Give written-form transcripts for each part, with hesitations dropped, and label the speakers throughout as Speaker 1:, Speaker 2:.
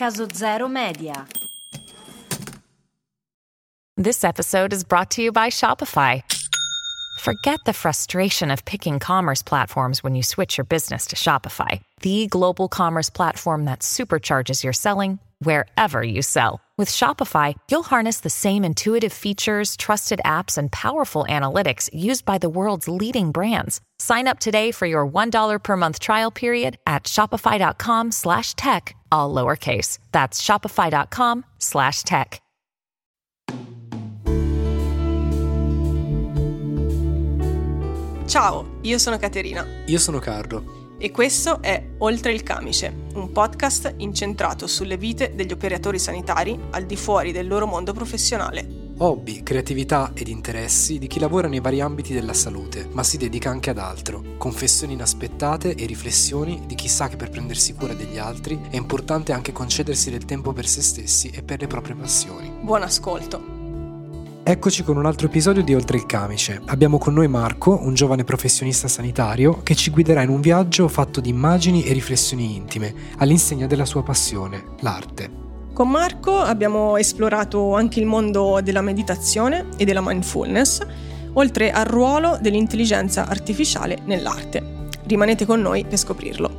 Speaker 1: Caso Zero Media.
Speaker 2: This episode is brought to you by Shopify. Forget the frustration of picking commerce platforms when you switch your business to Shopify, the global commerce platform that supercharges your selling wherever you sell. With Shopify, you'll harness the same intuitive features, trusted apps, and powerful analytics used by the world's leading brands. Sign up today for your $1 per month trial period at shopify.com/tech, all lowercase. That's shopify.com/tech.
Speaker 3: Ciao, io sono Caterina.
Speaker 4: Io sono Carlo.
Speaker 3: E questo è Oltre il Camice, un podcast incentrato sulle vite degli operatori sanitari al di fuori del loro mondo professionale.
Speaker 4: Hobby, creatività ed interessi di chi lavora nei vari ambiti della salute, ma si dedica anche ad altro. Confessioni inaspettate e riflessioni di chi sa che per prendersi cura degli altri è importante anche concedersi del tempo per se stessi e per le proprie passioni.
Speaker 3: Buon ascolto.
Speaker 4: Eccoci con un altro episodio di Oltre il Camice. Abbiamo con noi Marco, un giovane professionista sanitario, che ci guiderà in un viaggio fatto di immagini e riflessioni intime, all'insegna della sua passione, l'arte.
Speaker 3: Con Marco abbiamo esplorato anche il mondo della meditazione e della mindfulness, oltre al ruolo dell'intelligenza artificiale nell'arte. Rimanete con noi per scoprirlo.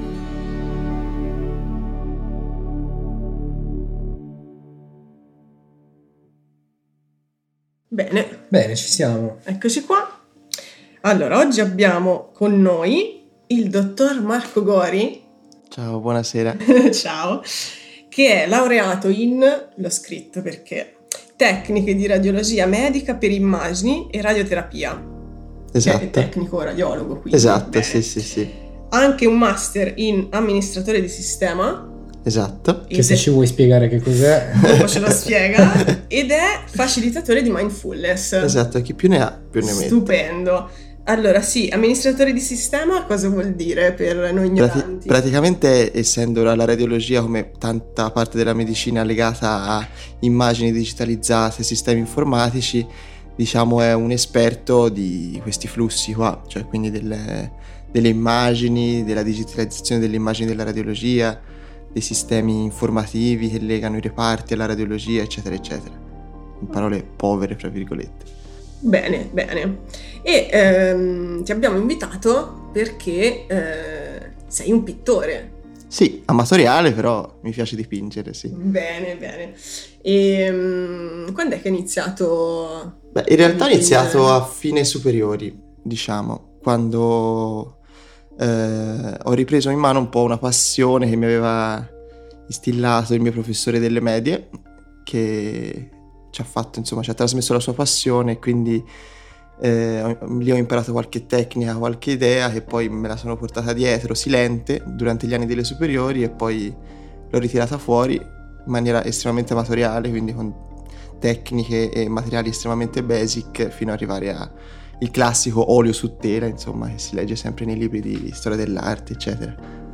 Speaker 4: Bene, ci siamo.
Speaker 3: Eccoci qua. Allora, oggi abbiamo con noi il dottor Marco Gori.
Speaker 5: Ciao, buonasera.
Speaker 3: Ciao. Che è laureato in, l'ho scritto perché, tecniche di radiologia medica per immagini e radioterapia.
Speaker 5: Esatto.
Speaker 3: Che è tecnico radiologo, quindi.
Speaker 5: Esatto,
Speaker 3: bene.
Speaker 5: sì.
Speaker 3: Anche un master in amministratore di sistema.
Speaker 5: Esatto.
Speaker 4: Che se ci vuoi spiegare che cos'è.
Speaker 3: Dopo ce lo spiega. Ed è facilitatore di mindfulness.
Speaker 5: Esatto, chi più ne ha più ne mette.
Speaker 3: Stupendo. Allora sì, amministratore di sistema cosa vuol dire per noi ignoranti?
Speaker 5: Praticamente, essendo la radiologia, come tanta parte della medicina, legata a immagini digitalizzate, sistemi informatici, diciamo è un esperto di questi flussi qua, cioè quindi delle immagini, della digitalizzazione delle immagini della radiologia, dei sistemi informativi che legano i reparti alla radiologia, eccetera eccetera, in parole povere fra virgolette.
Speaker 3: Bene. E ti abbiamo invitato perché sei un pittore.
Speaker 5: Sì, amatoriale, però mi piace dipingere, sì.
Speaker 3: Bene. E quando è che hai iniziato?
Speaker 5: Beh, in realtà ho iniziato a fine superiori, diciamo, quando ho ripreso in mano un po' una passione che mi aveva instillato il mio professore delle medie, che ci ha trasmesso la sua passione, e quindi lì ho imparato qualche tecnica, qualche idea che poi me la sono portata dietro silente durante gli anni delle superiori, e poi l'ho ritirata fuori in maniera estremamente amatoriale, quindi con tecniche e materiali estremamente basic, fino ad arrivare a il classico olio su tela, insomma, che si legge sempre nei libri di storia dell'arte, eccetera.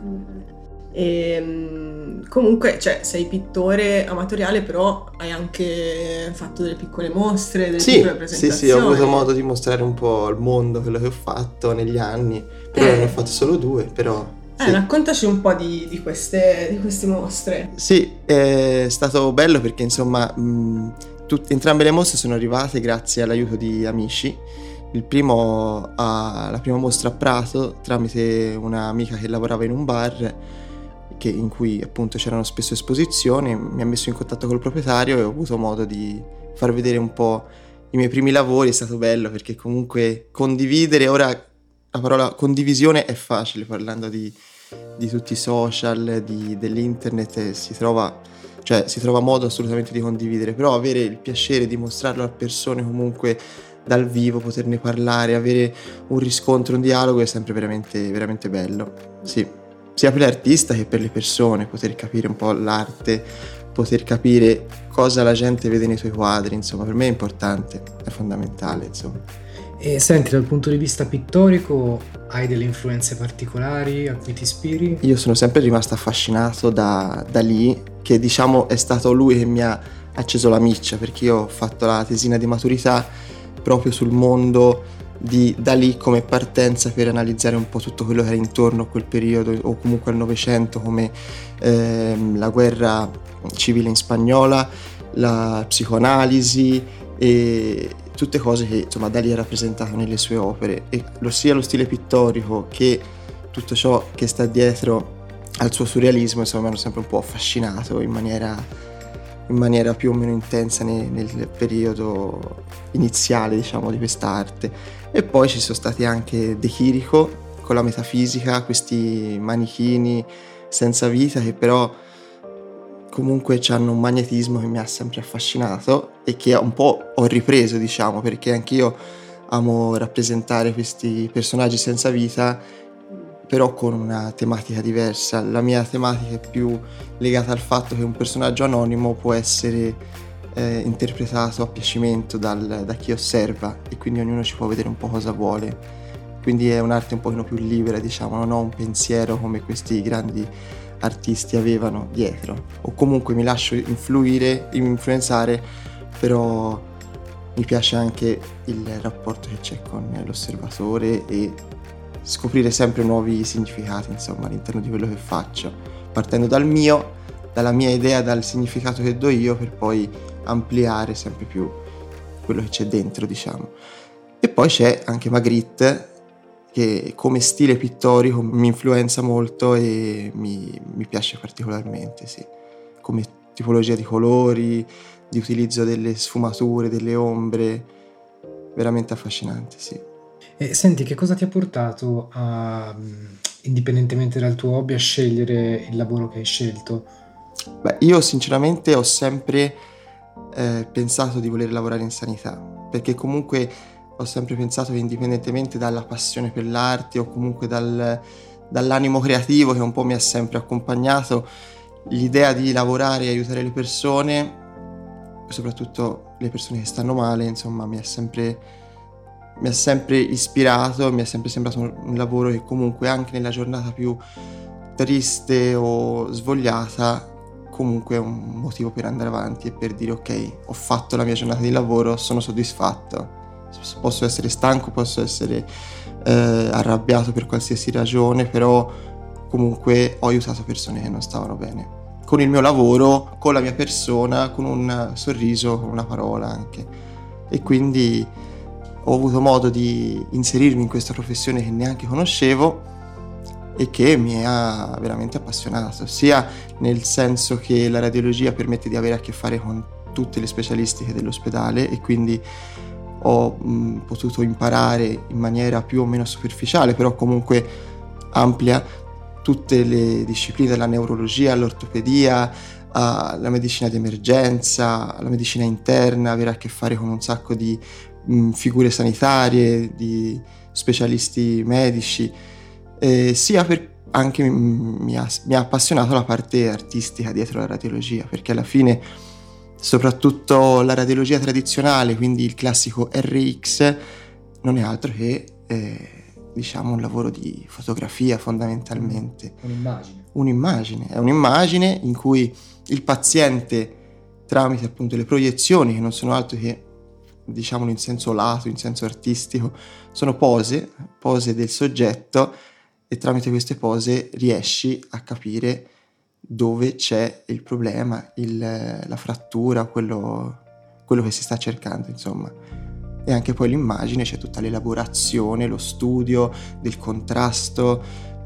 Speaker 3: E comunque, cioè, sei pittore amatoriale, però hai anche fatto delle piccole mostre, delle piccole presentazioni.
Speaker 5: Sì, ho avuto modo di mostrare un po' al mondo quello che ho fatto negli anni, però ne ho fatte solo 2, però... Sì.
Speaker 3: Raccontaci un po' di queste mostre.
Speaker 5: Sì, è stato bello perché insomma entrambe le mostre sono arrivate grazie all'aiuto di amici. La prima mostra a Prato, tramite un'amica che lavorava in un bar in cui appunto c'erano spesso esposizioni, mi ha messo in contatto col proprietario e ho avuto modo di far vedere un po' i miei primi lavori. È stato bello perché comunque condividere, ora la parola condivisione è facile parlando di tutti i social, dell'internet, si trova modo assolutamente di condividere, però avere il piacere di mostrarlo a persone comunque dal vivo, poterne parlare, avere un riscontro, un dialogo è sempre veramente, veramente bello. Sì, sia per l'artista che per le persone, poter capire un po' l'arte, poter capire cosa la gente vede nei tuoi quadri, insomma, per me è importante, è fondamentale, insomma.
Speaker 4: E senti, dal punto di vista pittorico, hai delle influenze particolari a cui ti ispiri?
Speaker 5: Io sono sempre rimasto affascinato da lì, che diciamo è stato lui che mi ha acceso la miccia, perché io ho fatto la tesina di maturità proprio sul mondo di Dalì come partenza per analizzare un po' tutto quello che era intorno a quel periodo, o comunque al Novecento, come la guerra civile in spagnola, la psicoanalisi e tutte cose che insomma Dalì ha rappresentato nelle sue opere, e sia lo stile pittorico che tutto ciò che sta dietro al suo surrealismo insomma mi hanno sempre un po' affascinato in maniera più o meno intensa nel periodo iniziale, diciamo, di quest'arte. E poi ci sono stati anche De Chirico con la metafisica, questi manichini senza vita che però comunque hanno un magnetismo che mi ha sempre affascinato e che un po' ho ripreso, diciamo, perché anch'io amo rappresentare questi personaggi senza vita, però con una tematica diversa. La mia tematica è più legata al fatto che un personaggio anonimo può essere interpretato a piacimento da chi osserva, e quindi ognuno ci può vedere un po' cosa vuole. Quindi è un'arte un pochino più libera, diciamo, non ho un pensiero come questi grandi artisti avevano dietro, o comunque mi lascio influenzare, però mi piace anche il rapporto che c'è con l'osservatore e scoprire sempre nuovi significati, insomma, all'interno di quello che faccio, partendo dalla mia idea, dal significato che do io, per poi ampliare sempre più quello che c'è dentro, diciamo. E poi c'è anche Magritte, che come stile pittorico mi influenza molto e mi piace particolarmente, sì. Come tipologia di colori, di utilizzo delle sfumature, delle ombre, veramente affascinante, sì.
Speaker 4: E senti, che cosa ti ha portato indipendentemente dal tuo hobby, a scegliere il lavoro che hai scelto?
Speaker 5: Beh, io sinceramente ho sempre pensato di voler lavorare in sanità, perché comunque ho sempre pensato che indipendentemente dalla passione per l'arte o comunque dall'animo creativo che un po' mi ha sempre accompagnato, l'idea di lavorare e aiutare le persone, soprattutto le persone che stanno male, insomma, mi ha sempre ispirato, mi è sempre sembrato un lavoro che comunque anche nella giornata più triste o svogliata comunque è un motivo per andare avanti e per dire ok, ho fatto la mia giornata di lavoro, sono soddisfatto. Posso essere stanco, posso essere arrabbiato per qualsiasi ragione, però comunque ho aiutato persone che non stavano bene, con il mio lavoro, con la mia persona, con un sorriso, con una parola anche. E quindi ho avuto modo di inserirmi in questa professione che neanche conoscevo e che mi ha veramente appassionato, sia nel senso che la radiologia permette di avere a che fare con tutte le specialistiche dell'ospedale, e quindi ho potuto imparare in maniera più o meno superficiale, però comunque ampia, tutte le discipline, dalla neurologia all'ortopedia, alla medicina di emergenza, alla medicina interna, avere a che fare con un sacco di figure sanitarie, di specialisti medici, sia per anche mi ha appassionato la parte artistica dietro la radiologia, perché alla fine soprattutto la radiologia tradizionale, quindi il classico RX, non è altro che diciamo un lavoro di fotografia fondamentalmente. Un'immagine, è un'immagine in cui il paziente, tramite appunto le proiezioni, che non sono altro che, diciamolo in senso lato, in senso artistico, sono pose del soggetto, e tramite queste pose riesci a capire dove c'è il problema, la frattura, quello che si sta cercando, insomma. E anche poi l'immagine, c'è tutta l'elaborazione, lo studio del contrasto,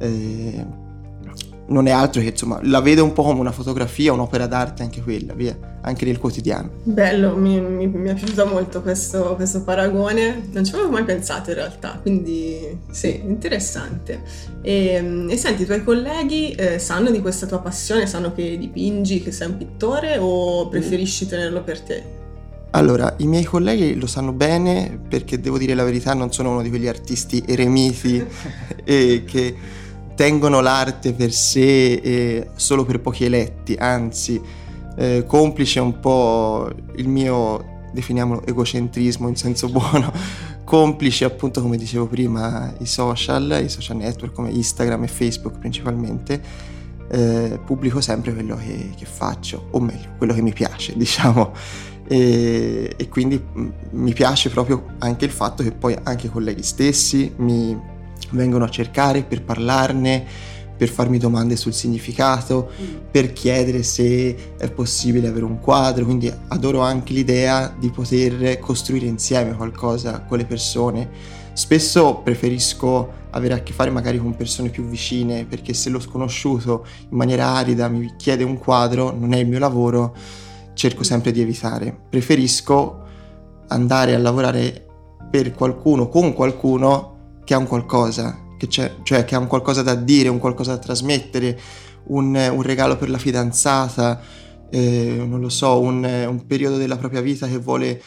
Speaker 5: non è altro che, insomma, la vedo un po' come una fotografia, un'opera d'arte anche quella, via, anche nel quotidiano.
Speaker 3: Bello, mi è piaciuto molto questo paragone, non ci avevo mai pensato in realtà, quindi sì, interessante. E senti, i tuoi colleghi sanno di questa tua passione, sanno che dipingi, che sei un pittore, o preferisci tenerlo per te?
Speaker 5: Allora, i miei colleghi lo sanno bene, perché devo dire la verità, non sono uno di quegli artisti eremiti e che tengono l'arte per sé e solo per pochi eletti, anzi, complice un po' il mio, definiamolo, egocentrismo in senso buono, complice appunto, come dicevo prima, i social network come Instagram e Facebook principalmente, pubblico sempre quello che faccio, o meglio, quello che mi piace, diciamo. e quindi mi piace proprio anche il fatto che poi anche i colleghi stessi mi vengono a cercare per parlarne, per farmi domande sul significato, per chiedere se è possibile avere un quadro, quindi adoro anche l'idea di poter costruire insieme qualcosa con le persone. Spesso preferisco avere a che fare magari con persone più vicine, perché se l'ho sconosciuto in maniera arida mi chiede un quadro, non è il mio lavoro, cerco sempre di evitare. Preferisco andare a lavorare per qualcuno, con qualcuno che ha un qualcosa, cioè che ha un qualcosa da dire, un qualcosa da trasmettere, un regalo per la fidanzata, non lo so, un periodo della propria vita che vuole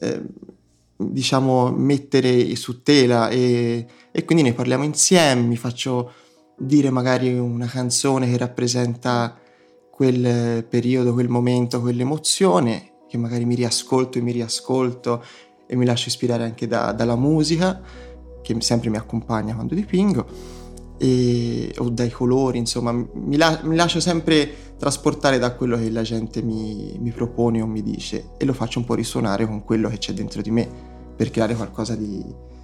Speaker 5: diciamo mettere su tela, e quindi ne parliamo insieme, mi faccio dire magari una canzone che rappresenta quel periodo, quel momento, quell'emozione, che magari mi riascolto e mi lascio ispirare anche dalla musica, che sempre mi accompagna quando dipingo, o dai colori, insomma mi lascio sempre trasportare da quello che la gente mi propone o mi dice, e lo faccio un po' risuonare con quello che c'è dentro di me, per creare qualcosa di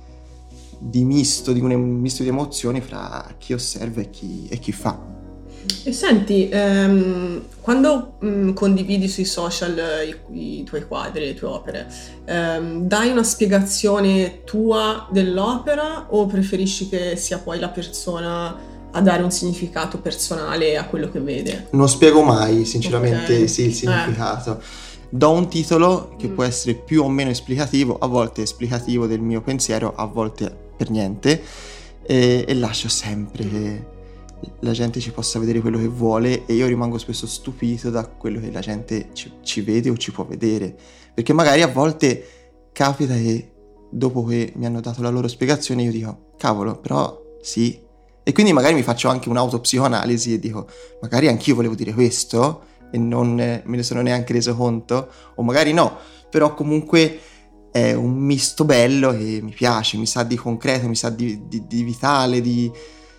Speaker 5: misto, di un misto di emozioni fra chi osserva e chi fa.
Speaker 3: E senti, quando condividi sui social i tuoi quadri, le tue opere, dai una spiegazione tua dell'opera o preferisci che sia poi la persona a dare un significato personale a quello che vede?
Speaker 5: Non spiego mai, sinceramente,
Speaker 3: Okay.
Speaker 5: sì, il significato. Do un titolo che può essere più o meno esplicativo, a volte esplicativo del mio pensiero, a volte per niente, e lascio sempre che la gente ci possa vedere quello che vuole, e io rimango spesso stupito da quello che la gente ci vede o ci può vedere, perché magari a volte capita che dopo che mi hanno dato la loro spiegazione io dico cavolo, però sì, e quindi magari mi faccio anche un'autopsicoanalisi e dico magari anch'io volevo dire questo e non me ne sono neanche reso conto, o magari no, però comunque è un misto bello che mi piace, mi sa di concreto, mi sa di vitale, di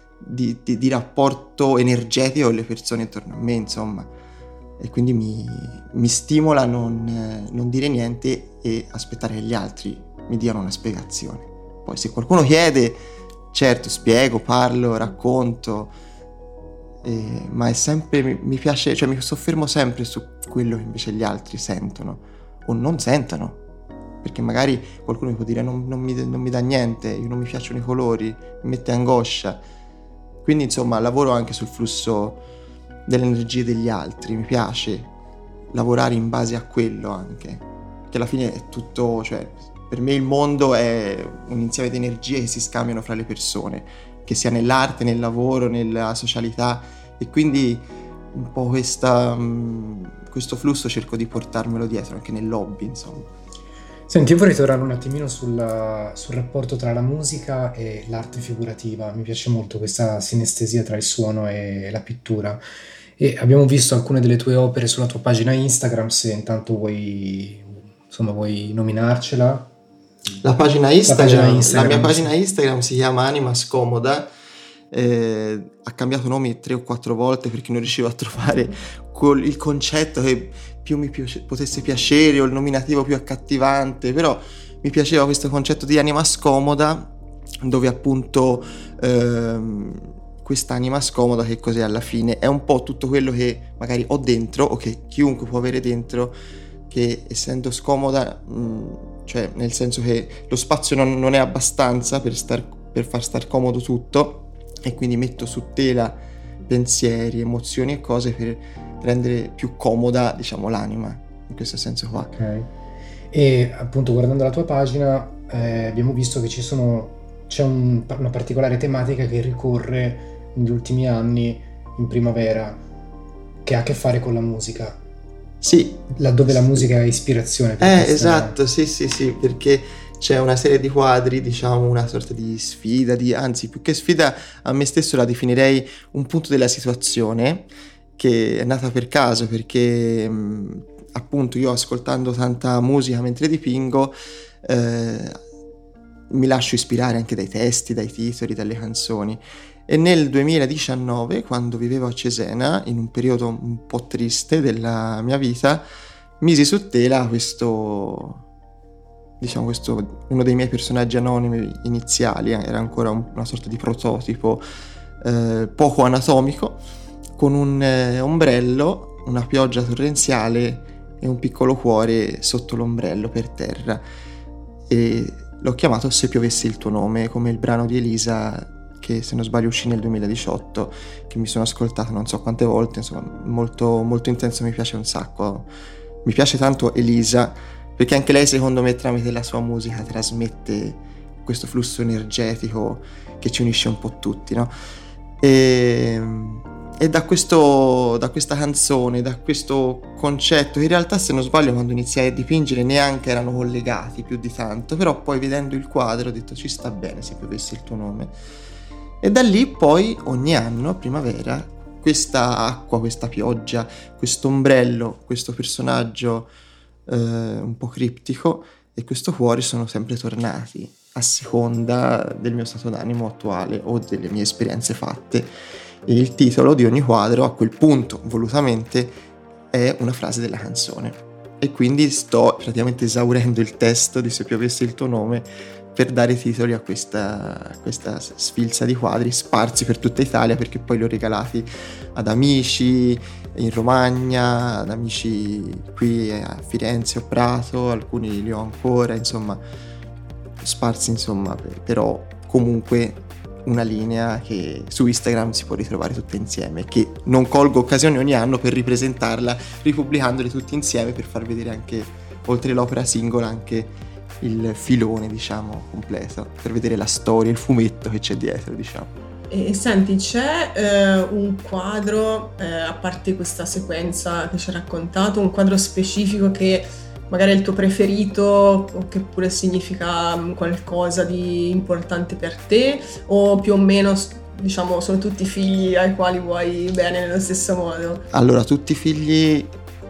Speaker 5: rapporto energetico con le persone intorno a me, insomma, e quindi mi stimola a non dire niente e aspettare che gli altri mi diano una spiegazione. Poi se qualcuno chiede, certo spiego, parlo, racconto, ma è sempre, mi piace, cioè mi soffermo sempre su quello che invece gli altri sentono o non sentono, perché magari qualcuno mi può dire non mi dà niente, io non mi piacciono i colori, mi mette angoscia. Quindi insomma lavoro anche sul flusso delle energie degli altri, mi piace lavorare in base a quello anche, che alla fine è tutto, cioè per me il mondo è un insieme di energie che si scambiano fra le persone, che sia nell'arte, nel lavoro, nella socialità, e quindi un po' questo flusso cerco di portarmelo dietro anche nell'hobby, insomma.
Speaker 4: Senti, io vorrei tornare un attimino sul rapporto tra la musica e l'arte figurativa. Mi piace molto questa sinestesia tra il suono e la pittura, e abbiamo visto alcune delle tue opere sulla tua pagina Instagram. Se intanto vuoi nominarcela.
Speaker 5: La pagina Instagram. La mia pagina
Speaker 4: sì.
Speaker 5: Instagram si chiama Anima Scomoda, ha cambiato nome 3 o 4 volte perché non riuscivo a trovare il concetto che più mi potesse piacere o il nominativo più accattivante, però mi piaceva questo concetto di anima scomoda, dove appunto questa anima scomoda, che cos'è alla fine? È un po' tutto quello che magari ho dentro o che chiunque può avere dentro, che essendo scomoda, cioè nel senso che lo spazio non è abbastanza per far star comodo tutto, e quindi metto su tela pensieri, emozioni e cose per rendere più comoda, diciamo, l'anima, in questo senso qua.
Speaker 4: Ok. E appunto guardando la tua pagina abbiamo visto che c'è una particolare tematica che ricorre negli ultimi anni in primavera, che ha a che fare con la musica.
Speaker 5: Sì.
Speaker 4: Laddove la musica è ispirazione. Per
Speaker 5: esatto, sì, perché c'è una serie di quadri, diciamo una sorta di sfida, anzi più che sfida a me stesso la definirei un punto della situazione, che è nata per caso, perché appunto io ascoltando tanta musica mentre dipingo mi lascio ispirare anche dai testi, dai titoli, dalle canzoni. E nel 2019, quando vivevo a Cesena, in un periodo un po' triste della mia vita, misi su tela uno dei miei personaggi anonimi iniziali, era ancora una sorta di prototipo poco anatomico, con un ombrello, una pioggia torrenziale e un piccolo cuore sotto l'ombrello per terra, e l'ho chiamato Se piovesse il tuo nome, come il brano di Elisa che, se non sbaglio, uscì nel 2018, che mi sono ascoltato non so quante volte, insomma molto, molto intenso, mi piace un sacco, mi piace tanto Elisa, perché anche lei, secondo me, tramite la sua musica trasmette questo flusso energetico che ci unisce un po' tutti, no? E da questa canzone, da questo concetto, in realtà, se non sbaglio, quando iniziai a dipingere neanche erano collegati più di tanto, però poi vedendo il quadro ho detto ci sta bene Se piovesse il tuo nome. E da lì poi ogni anno a primavera questa acqua, questa pioggia, questo ombrello, questo personaggio un po' criptico e questo cuore sono sempre tornati a seconda del mio stato d'animo attuale o delle mie esperienze fatte, e il titolo di ogni quadro a quel punto, volutamente, è una frase della canzone, e quindi sto praticamente esaurendo il testo di Se piovesse il tuo nome per dare titoli a questa sfilza di quadri sparsi per tutta Italia, perché poi li ho regalati ad amici in Romagna, ad amici qui a Firenze o Prato, alcuni li ho ancora, insomma sparsi, insomma, però comunque una linea che su Instagram si può ritrovare tutta insieme, che non colgo occasioni ogni anno per ripresentarla, ripubblicandoli tutti insieme, per far vedere anche, oltre l'opera singola, anche il filone, diciamo, completo, per vedere la storia, il fumetto che c'è dietro, diciamo.
Speaker 3: E senti, c'è un quadro, a parte questa sequenza che ci hai raccontato, un quadro specifico che magari è il tuo preferito o che pure significa qualcosa di importante per te, o più o meno, diciamo, sono tutti figli ai quali vuoi bene nello stesso modo?
Speaker 5: Allora, tutti figli,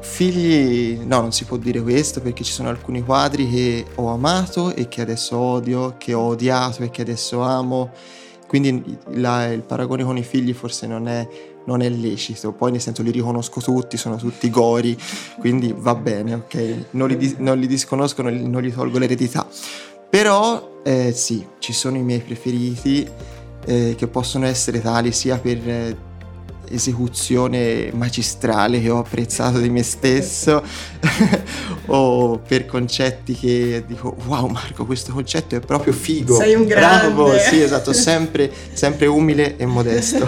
Speaker 5: no, non si può dire questo, perché ci sono alcuni quadri che ho amato e che adesso odio, che ho odiato e che adesso amo, quindi il paragone con i figli forse non è lecito. Poi, nel senso, li riconosco tutti, sono tutti gori, quindi va bene, ok, non li disconosco, non gli tolgo l'eredità, però sì, ci sono i miei preferiti, che possono essere tali sia per esecuzione magistrale che ho apprezzato di me stesso o per concetti che dico wow Marco, questo concetto è proprio figo,
Speaker 3: sei un grande,
Speaker 5: bravo, sì, esatto, sempre umile e modesto.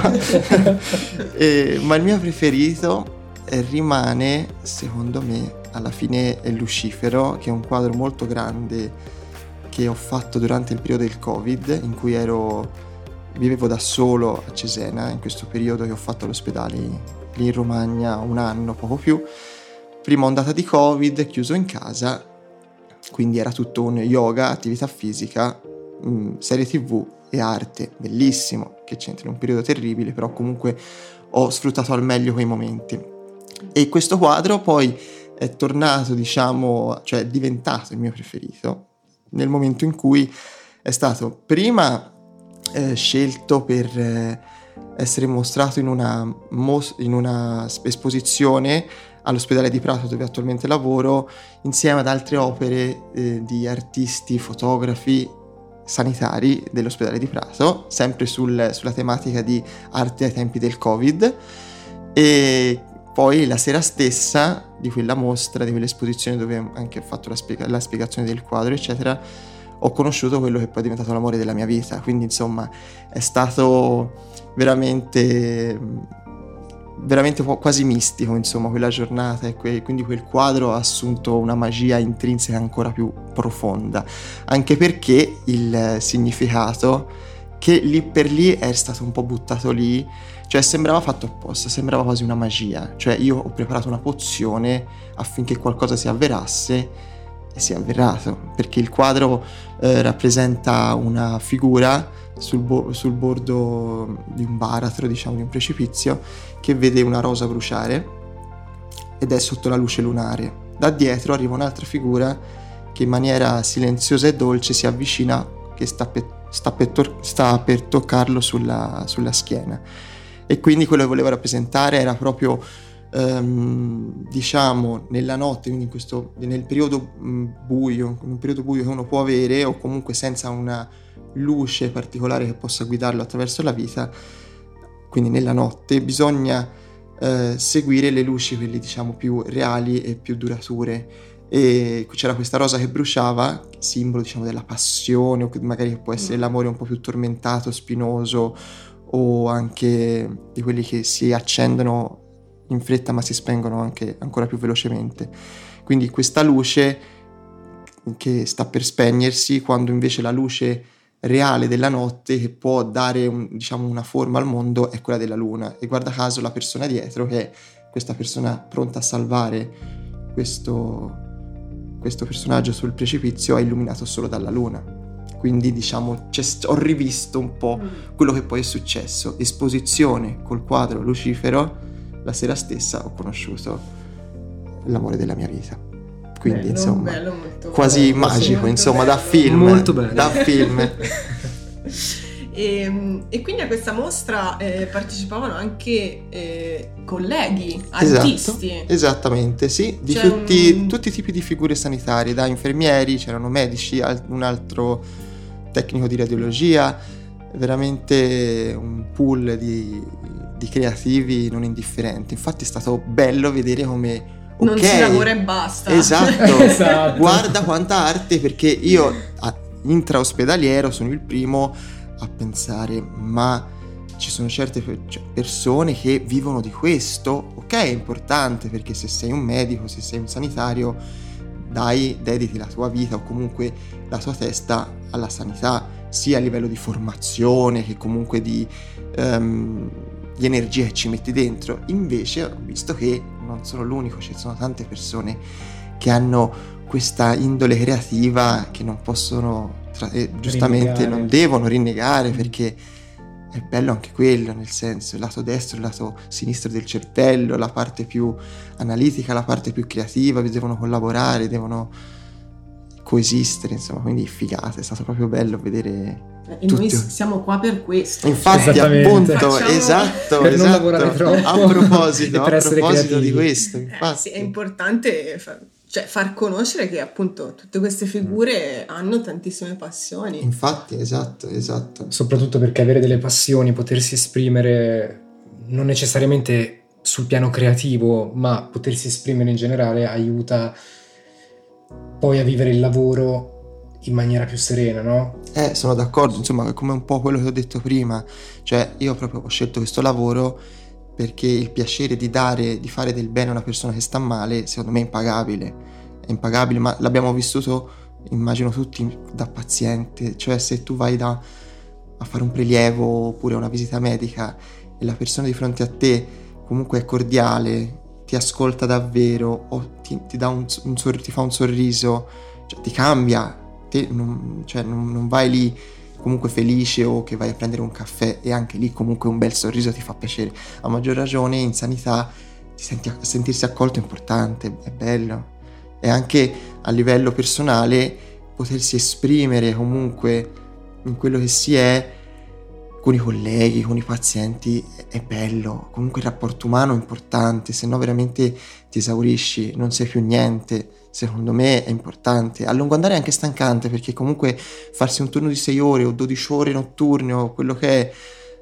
Speaker 5: Ma il mio preferito rimane, secondo me, alla fine, è Lucifero, che è un quadro molto grande che ho fatto durante il periodo del Covid, in cui vivevo da solo a Cesena, in questo periodo che ho fatto all'ospedale lì in Romagna un anno, poco più, prima ondata di Covid, chiuso in casa, quindi era tutto un yoga, attività fisica, serie TV e arte, bellissimo, che c'entra in un periodo terribile, però comunque ho sfruttato al meglio quei momenti. E questo quadro poi è tornato, diciamo, cioè è diventato il mio preferito nel momento in cui è stato prima scelto per essere mostrato in una esposizione all'ospedale di Prato, dove attualmente lavoro, insieme ad altre opere di artisti, fotografi, sanitari dell'ospedale di Prato, sempre sulla tematica di arte ai tempi del Covid. E poi la sera stessa di quella mostra, di quell'esposizione, dove anche ho fatto la spiegazione del quadro, eccetera, ho conosciuto quello che poi è diventato l'amore della mia vita. Quindi, insomma, è stato veramente quasi mistico, insomma, quella giornata, e quindi quel quadro ha assunto una magia intrinseca ancora più profonda, anche perché il significato, che lì per lì è stato un po' buttato lì, cioè sembrava fatto apposta, sembrava quasi una magia, cioè io ho preparato una pozione affinché qualcosa si avverasse, e si è avverato, perché il quadro rappresenta una figura sul bordo di un baratro, diciamo, di un precipizio, che vede una rosa bruciare ed è sotto la luce lunare. Da dietro arriva un'altra figura che in maniera silenziosa e dolce si avvicina, che sta per toccarlo sulla schiena. E quindi quello che voleva rappresentare era proprio diciamo nella notte, quindi nel periodo buio, in un periodo buio che uno può avere, o comunque senza una luce particolare che possa guidarlo attraverso la vita, quindi nella notte bisogna seguire le luci, quelle diciamo più reali e più durature. E c'era questa rosa che bruciava, simbolo diciamo della passione, o magari può essere l'amore un po' più tormentato, spinoso, o anche di quelli che si accendono in fretta ma si spengono anche ancora più velocemente. Quindi questa luce che sta per spegnersi, quando invece la luce reale della notte che può dare diciamo una forma al mondo è quella della luna. E guarda caso la persona dietro, che è questa persona pronta a salvare questo personaggio sul precipizio, è illuminato solo dalla luna. Quindi diciamo ho rivisto un po' quello che poi è successo. Esposizione col quadro Lucifero, la sera stessa ho conosciuto l'amore della mia vita. Quindi
Speaker 3: bello,
Speaker 5: insomma
Speaker 3: bello, molto
Speaker 5: quasi
Speaker 3: bello,
Speaker 5: magico,
Speaker 3: molto
Speaker 5: insomma
Speaker 3: bello.
Speaker 5: da film.
Speaker 4: Molto bello.
Speaker 5: Da film.
Speaker 3: E quindi a questa mostra partecipavano anche colleghi, artisti.
Speaker 5: Esattamente, sì, di tutti i tipi di figure sanitarie, da infermieri, c'erano medici, un altro tecnico di radiologia, veramente un pool di creativi non indifferenti. Infatti è stato bello vedere come
Speaker 3: non si lavora e basta.
Speaker 5: Esatto. Guarda quanta arte, perché io intraospedaliero sono il primo a pensare, ma ci sono certe persone che vivono di questo. Ok, è importante, perché se sei un medico, se sei un sanitario, dedichi la tua vita o comunque la tua testa alla sanità, sia a livello di formazione che comunque di energia che ci metti dentro. Invece ho visto che non sono l'unico, ci sono tante persone che hanno questa indole creativa che non possono giustamente non devono rinnegare, perché è bello anche quello, nel senso il lato destro, il lato sinistro del cervello, la parte più analitica, la parte più creativa, devono collaborare, devono coesistere, insomma, quindi figata, è stato proprio bello vedere.
Speaker 3: E noi siamo qua per questo.
Speaker 5: Infatti, appunto, esatto.
Speaker 4: Non lavorare troppo.
Speaker 5: A proposito di questo, infatti.
Speaker 3: Sì, è importante far conoscere che appunto tutte queste figure hanno tantissime passioni.
Speaker 5: Infatti, esatto.
Speaker 4: Soprattutto perché avere delle passioni, potersi esprimere non necessariamente sul piano creativo, ma potersi esprimere in generale aiuta poi a vivere il lavoro in maniera più serena, no?
Speaker 5: Sono d'accordo, insomma, come un po' quello che ho detto prima, cioè io proprio ho scelto questo lavoro perché il piacere di fare del bene a una persona che sta male, secondo me è impagabile, ma l'abbiamo vissuto, immagino tutti, da paziente. Cioè se tu vai a fare un prelievo oppure una visita medica e la persona di fronte a te comunque è cordiale, ti ascolta davvero, o ti fa un sorriso, cioè ti cambia, non vai lì comunque felice o che vai a prendere un caffè, e anche lì comunque un bel sorriso ti fa piacere. A maggior ragione in sanità sentirsi accolto è importante, è bello. E anche a livello personale potersi esprimere comunque in quello che si è con i colleghi, con i pazienti, è bello. Comunque il rapporto umano è importante, se no veramente ti esaurisci, non sei più niente. Secondo me è importante. A lungo andare è anche stancante, perché comunque farsi un turno di 6 ore o 12 ore notturne o quello che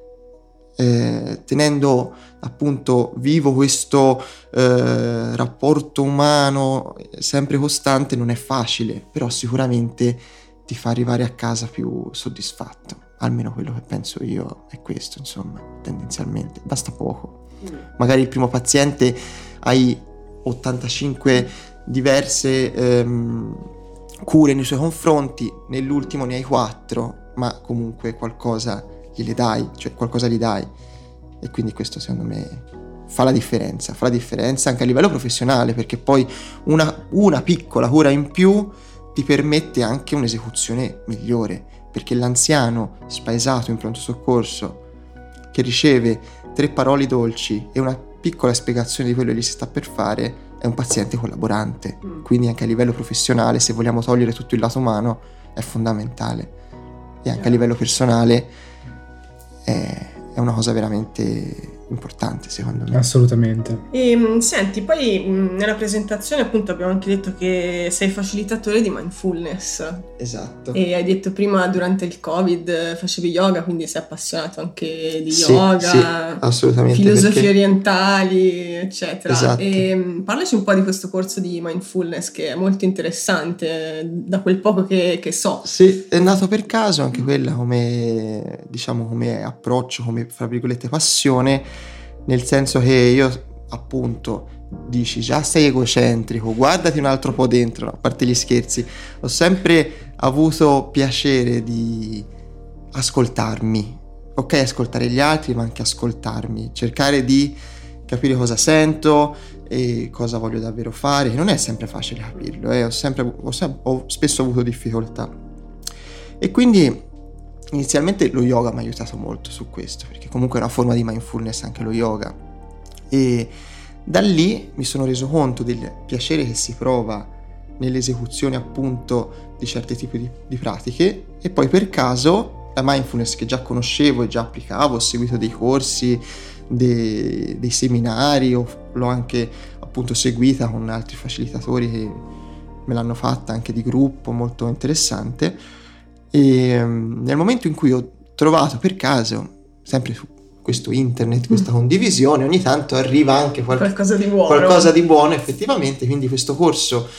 Speaker 5: è, tenendo appunto vivo questo rapporto umano sempre costante, non è facile, però sicuramente ti fa arrivare a casa più soddisfatto. Almeno quello che penso io è questo, insomma, tendenzialmente. Basta poco. Magari il primo paziente hai 85 diverse cure nei suoi confronti, nell'ultimo ne hai 4, ma comunque qualcosa gliele dai, cioè qualcosa gli dai. E quindi questo secondo me fa la differenza anche a livello professionale, perché poi una piccola cura in più ti permette anche un'esecuzione migliore, perché l'anziano spaesato in pronto soccorso che riceve 3 parole dolci e una piccola spiegazione di quello che gli si sta per fare è un paziente collaborante. Quindi anche a livello professionale, se vogliamo togliere tutto il lato umano, è fondamentale. E anche a livello personale è è una cosa veramente importante, secondo me.
Speaker 4: Assolutamente.
Speaker 3: E senti, poi nella presentazione appunto abbiamo anche detto che sei facilitatore di mindfulness.
Speaker 5: Esatto.
Speaker 3: E hai detto prima durante il Covid facevi yoga, quindi sei appassionato anche di
Speaker 5: Sì,
Speaker 3: yoga,
Speaker 5: sì, assolutamente,
Speaker 3: filosofie
Speaker 5: perché...
Speaker 3: orientali, eccetera.
Speaker 5: Esatto.
Speaker 3: E parlaci un po' di questo corso di mindfulness che è molto interessante, da quel poco che so.
Speaker 5: Sì, è nato per caso anche quella come, diciamo, come approccio, come fra virgolette passione, nel senso che io appunto dici già sei egocentrico, guardati un altro po' dentro, a parte gli scherzi, ho sempre avuto piacere di ascoltarmi, ok, ascoltare gli altri ma anche ascoltarmi, cercare di capire cosa sento e cosa voglio davvero fare, che non è sempre facile capirlo, ho spesso avuto difficoltà. E quindi inizialmente lo yoga mi ha aiutato molto su questo, perché comunque è una forma di mindfulness anche lo yoga, e da lì mi sono reso conto del piacere che si prova nell'esecuzione appunto di certi tipi di pratiche, e poi per caso la mindfulness che già conoscevo e già applicavo, ho seguito dei corsi, dei seminari, l'ho anche appunto seguita con altri facilitatori che me l'hanno fatta anche di gruppo, molto interessante. E nel momento in cui ho trovato per caso, sempre su questo internet, questa condivisione, ogni tanto arriva anche
Speaker 3: qualcosa di buono.
Speaker 5: Qualcosa di buono effettivamente, quindi questo corso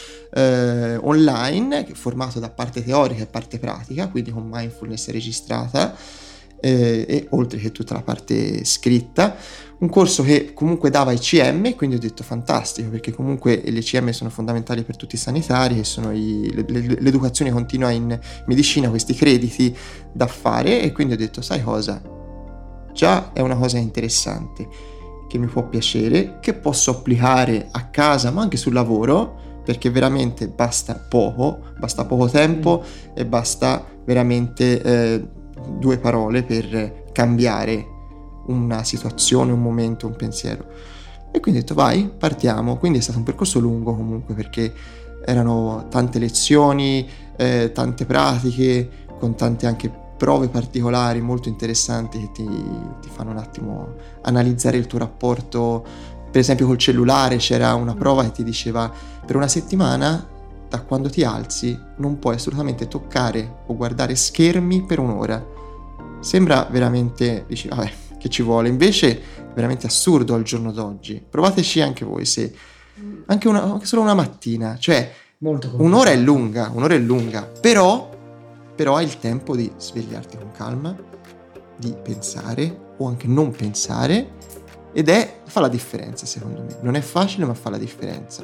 Speaker 5: online, che è formato da parte teorica e parte pratica, quindi con mindfulness registrata, e oltre che tutta la parte scritta, un corso che comunque dava ICM, quindi ho detto fantastico, perché comunque le ICM sono fondamentali per tutti i sanitari, che sono l'educazione continua in medicina, questi crediti da fare, e quindi ho detto sai cosa, già è una cosa interessante che mi può piacere, che posso applicare a casa ma anche sul lavoro, perché veramente basta poco tempo e basta veramente 2 parole per cambiare una situazione, un momento, un pensiero. E quindi ho detto vai, partiamo. Quindi è stato un percorso lungo comunque, perché erano tante lezioni, tante pratiche, con tante anche prove particolari molto interessanti che ti fanno un attimo analizzare il tuo rapporto. Per esempio col cellulare c'era una prova che ti diceva per una settimana, da quando ti alzi non puoi assolutamente toccare o guardare schermi per un'ora. Sembra veramente, dici vabbè, che ci vuole, invece è veramente assurdo al giorno d'oggi. Provateci anche voi, se anche solo una mattina, cioè un'ora è lunga, però hai il tempo di svegliarti con calma, di pensare o anche non pensare, ed fa la differenza secondo me. Non è facile ma fa la differenza.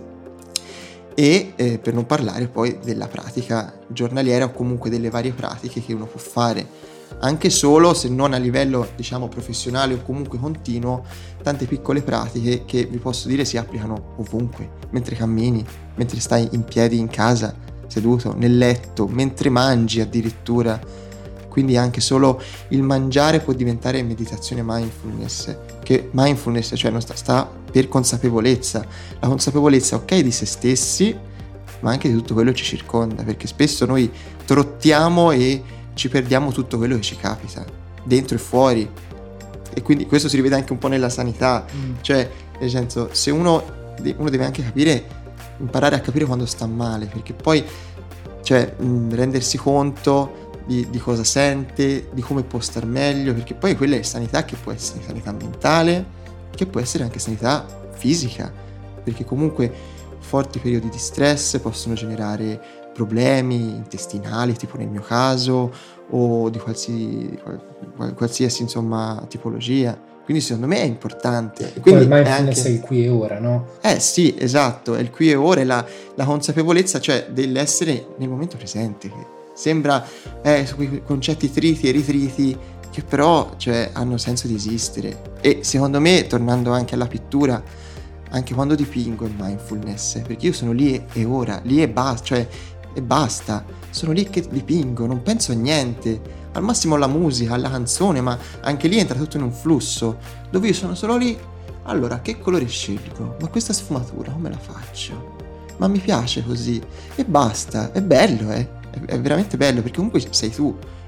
Speaker 5: E per non parlare poi della pratica giornaliera o comunque delle varie pratiche che uno può fare, anche solo se non a livello diciamo professionale o comunque continuo, tante piccole pratiche che vi posso dire si applicano ovunque, mentre cammini, mentre stai in piedi in casa, seduto, nel letto, mentre mangi addirittura. Quindi anche solo il mangiare può diventare meditazione mindfulness, che mindfulness cioè non sta per consapevolezza, la consapevolezza ok di se stessi ma anche di tutto quello che ci circonda, perché spesso noi trottiamo e ci perdiamo tutto quello che ci capita, dentro e fuori, e quindi questo si rivede anche un po' nella sanità, cioè nel senso se uno deve anche imparare a capire quando sta male, perché poi cioè rendersi conto di cosa sente, di come può star meglio, perché poi quella è sanità che può essere sanità mentale, che può essere anche sanità fisica, perché comunque forti periodi di stress possono generare problemi intestinali, tipo nel mio caso, o di qualsiasi insomma tipologia. Quindi secondo me è importante. E quindi
Speaker 4: il mindfulness è il qui e ora, no?
Speaker 5: Sì, esatto, è il qui e ora, è la consapevolezza, cioè dell'essere nel momento presente, che sembra su quei concetti triti e ritriti che però cioè hanno senso di esistere. E secondo me, tornando anche alla pittura, anche quando dipingo il mindfulness, perché io sono lì e ora, lì e basta, cioè e basta, sono lì che dipingo, non penso a niente, al massimo alla musica, alla canzone, ma anche lì entra tutto in un flusso dove io sono solo lì. Allora, che colore scelgo? Ma questa sfumatura come la faccio? Ma mi piace così, e basta. È bello, è veramente bello, perché comunque sei tu,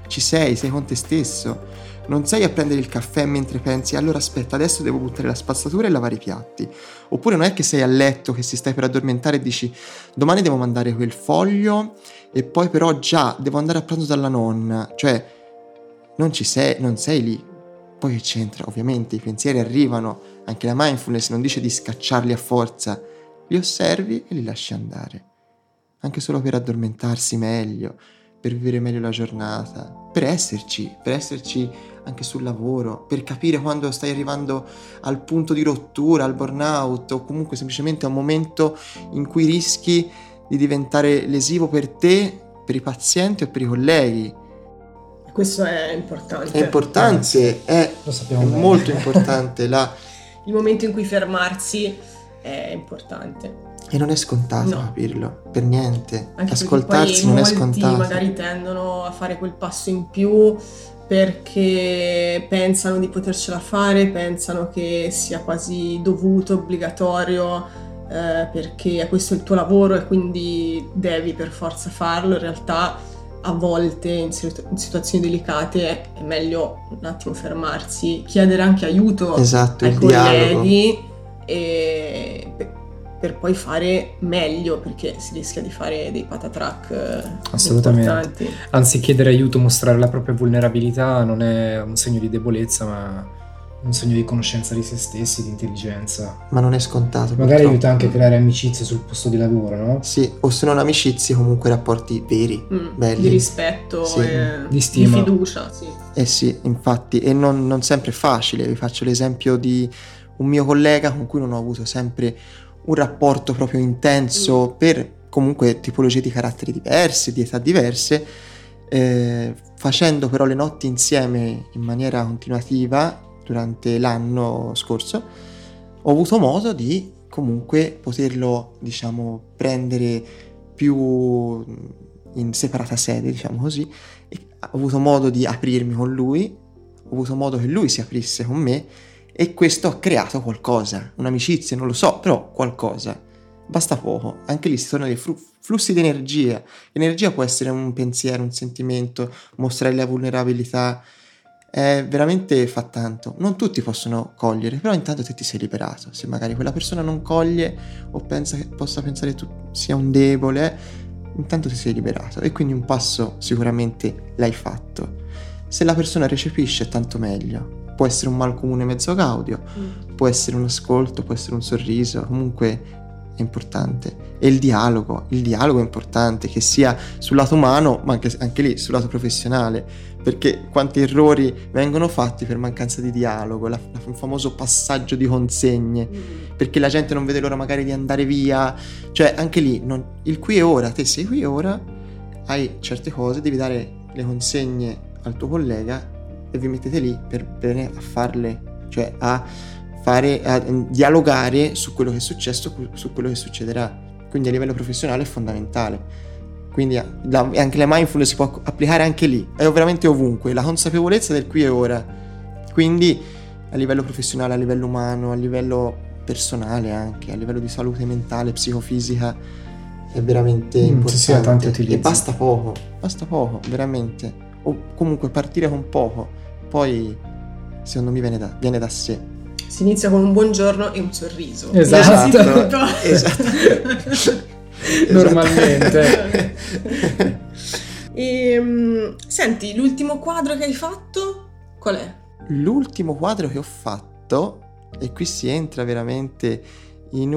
Speaker 5: ci sei con te stesso. Non sei a prendere il caffè mentre pensi allora aspetta, adesso devo buttare la spazzatura e lavare i piatti. Oppure non è che sei a letto, che si stai per addormentare e dici domani devo mandare quel foglio e poi però già devo andare a pranzo dalla nonna. Cioè non sei lì. Poi che c'entra? Ovviamente i pensieri arrivano, anche la mindfulness non dice di scacciarli a forza, li osservi e li lasci andare. Anche solo per addormentarsi meglio, per vivere meglio la giornata, per esserci anche sul lavoro, per capire quando stai arrivando al punto di rottura, al burnout o comunque semplicemente a un momento in cui rischi di diventare lesivo per te, per i pazienti o per i colleghi.
Speaker 3: Questo è importante.
Speaker 5: È importante, è molto importante.
Speaker 3: Il momento in cui fermarsi è importante.
Speaker 5: E non è scontato capirlo, per niente.
Speaker 3: Anche
Speaker 5: ascoltarsi non è scontato.
Speaker 3: Molti magari tendono a fare quel passo in più perché pensano di potercela fare, pensano che sia quasi dovuto, obbligatorio, perché questo è il tuo lavoro e quindi devi per forza farlo. In realtà a volte in situazioni delicate è meglio un attimo fermarsi, chiedere anche aiuto ai colleghi e per poi fare meglio, perché si rischia di fare dei patatrack
Speaker 4: assolutamente
Speaker 3: importanti.
Speaker 4: Anzi, chiedere aiuto, mostrare la propria vulnerabilità non è un segno di debolezza, ma un segno di conoscenza di se stessi, di intelligenza.
Speaker 5: Ma non è scontato.
Speaker 4: Magari aiuta anche a creare amicizie sul posto di lavoro, no?
Speaker 5: Sì, o se non amicizie, comunque rapporti veri, belli.
Speaker 3: Di rispetto,
Speaker 5: sì.
Speaker 4: Di stima,
Speaker 3: di fiducia. Sì.
Speaker 5: Sì, infatti, e non sempre è facile. Vi faccio l'esempio di un mio collega con cui non ho avuto sempre un rapporto proprio intenso per comunque tipologie di caratteri diverse, di età diverse, facendo però le notti insieme in maniera continuativa durante l'anno scorso, ho avuto modo di comunque poterlo, diciamo, prendere più in separata sede, diciamo così, e ho avuto modo di aprirmi con lui, ho avuto modo che lui si aprisse con me, e questo ha creato qualcosa, un'amicizia, non lo so, però qualcosa. Basta poco, anche lì si torna dei flussi di energia. L'energia può essere un pensiero, un sentimento, mostrare la vulnerabilità, veramente fa tanto. Non tutti possono cogliere, però intanto te ti sei liberato. Se magari quella persona non coglie o pensa che possa pensare tu sia un debole, intanto ti sei liberato e quindi un passo sicuramente l'hai fatto. Se la persona recepisce, tanto meglio. Può essere un malcomune mezzo gaudio, può essere un ascolto, può essere un sorriso, comunque è importante. E il dialogo è importante, che sia sul lato umano ma anche lì sul lato professionale, perché quanti errori vengono fatti per mancanza di dialogo, il famoso passaggio di consegne, perché la gente non vede l'ora magari di andare via, cioè anche lì il qui e ora, te sei qui e ora, hai certe cose, devi dare le consegne al tuo collega e vi mettete lì per bene a farle, cioè a dialogare su quello che è successo, su quello che succederà. Quindi a livello professionale è fondamentale. Quindi anche la mindfulness si può applicare anche lì, è veramente ovunque, la consapevolezza del qui e ora. Quindi a livello professionale, a livello umano, a livello personale anche, a livello di salute mentale, psicofisica, è veramente importante.
Speaker 4: Ci sia tanti utilizzi.
Speaker 5: E basta poco, veramente. O comunque partire con poco, poi secondo me viene da sé.
Speaker 3: Si inizia con un buongiorno e un sorriso.
Speaker 4: Esatto.
Speaker 3: Normalmente. Senti, l'ultimo quadro che hai fatto qual è?
Speaker 5: L'ultimo quadro che ho fatto, e qui si entra veramente in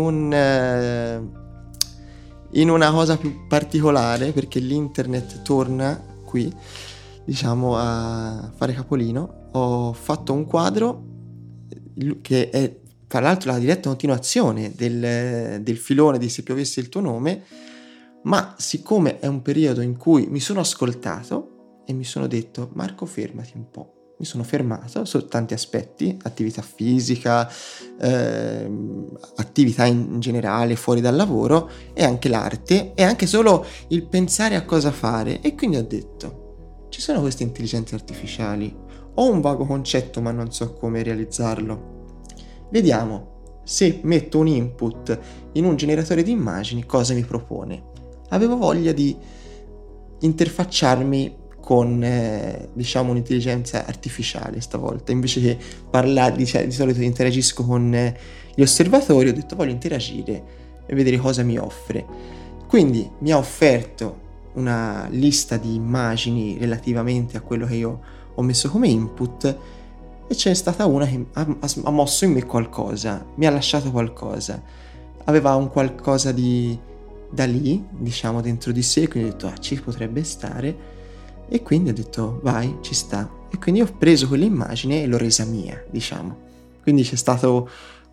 Speaker 5: una cosa più particolare, perché l'internet torna qui, diciamo, a fare capolino. Ho fatto un quadro che è tra l'altro la diretta continuazione del filone di Se piovesse il tuo nome, ma siccome è un periodo in cui mi sono ascoltato e mi sono detto Marco, fermati un po', mi sono fermato su tanti aspetti, attività fisica, attività in generale fuori dal lavoro, e anche l'arte, e anche solo il pensare a cosa fare, e quindi ho detto ci sono queste intelligenze artificiali, ho un vago concetto ma non so come realizzarlo, vediamo se metto un input in un generatore di immagini cosa mi propone. Avevo voglia di interfacciarmi con diciamo un'intelligenza artificiale stavolta. Invece che parlare, di solito interagisco con gli osservatori, ho detto voglio interagire e vedere cosa mi offre. Quindi mi ha offerto una lista di immagini relativamente a quello che io ho messo come input, e c'è stata una che ha mosso in me qualcosa, mi ha lasciato qualcosa, aveva un qualcosa da lì, diciamo, dentro di sé, quindi ho detto ci potrebbe stare, e quindi ho detto vai, ci sta, e quindi ho preso quell'immagine e l'ho resa mia, diciamo. Quindi c'è stato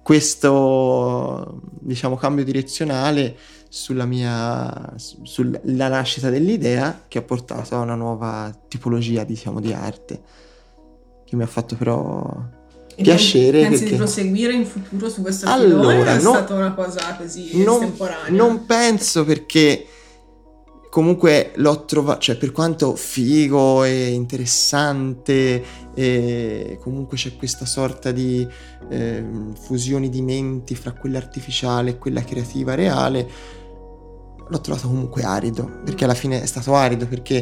Speaker 5: questo, diciamo, cambio direzionale sulla nascita dell'idea, che ha portato a una nuova tipologia, diciamo, di arte, che mi ha fatto però piacere.
Speaker 3: Pensi di proseguire in futuro su questo filone, o è stata una cosa così estemporanea?
Speaker 5: Non penso, perché comunque l'ho trovato, cioè per quanto figo e interessante, e comunque c'è questa sorta di fusioni di menti fra quella artificiale e quella creativa reale, l'ho trovato comunque arido, perché alla fine è stato arido, perché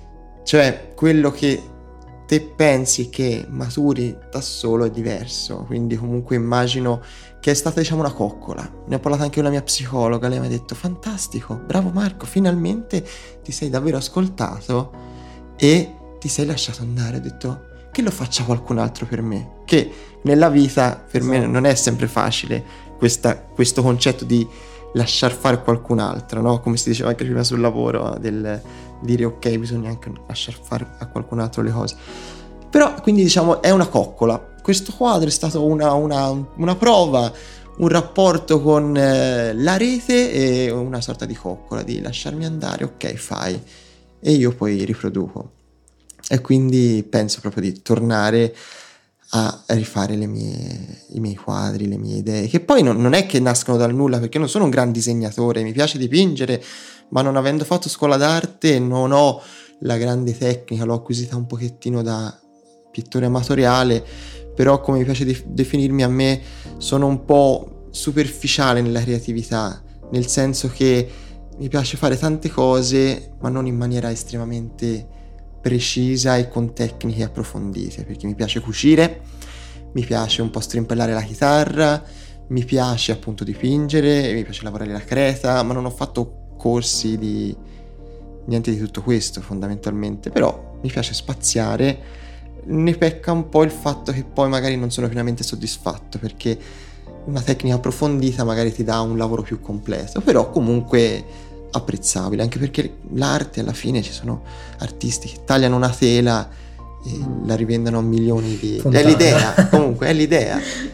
Speaker 5: cioè quello che te pensi che maturi da solo è diverso, quindi comunque immagino che è stata, diciamo, una coccola. Ne ho parlato anche con la mia psicologa, lei mi ha detto fantastico, bravo Marco, finalmente ti sei davvero ascoltato e ti sei lasciato andare. Ho detto che lo faccia qualcun altro per me, che nella vita per me non è sempre facile questo concetto di lasciar fare qualcun altro, no? Come si diceva anche prima sul lavoro, del dire ok, bisogna anche lasciar fare a qualcun altro le cose. Però quindi, diciamo, è una coccola. Questo quadro è stato una prova, un rapporto con la rete e una sorta di coccola, di lasciarmi andare, ok, fai, e io poi riproduco. E quindi penso proprio di tornare a rifare i miei quadri, le mie idee, che poi non è che nascono dal nulla, perché non sono un gran disegnatore, mi piace dipingere, ma non avendo fatto scuola d'arte non ho la grande tecnica, l'ho acquisita un pochettino da pittore amatoriale, però come mi piace definirmi a me, sono un po' superficiale nella creatività, nel senso che mi piace fare tante cose, ma non in maniera estremamente precisa e con tecniche approfondite, perché mi piace cucire, mi piace un po' strimpellare la chitarra, mi piace appunto dipingere, mi piace lavorare la creta, ma non ho fatto corsi di niente di tutto questo fondamentalmente, però mi piace spaziare. Ne pecca un po' il fatto che poi magari non sono pienamente soddisfatto, perché una tecnica approfondita magari ti dà un lavoro più completo, però comunque apprezzabile, anche perché l'arte, alla fine ci sono artisti che tagliano una tela e la rivendono a milioni di... È l'idea, comunque è l'idea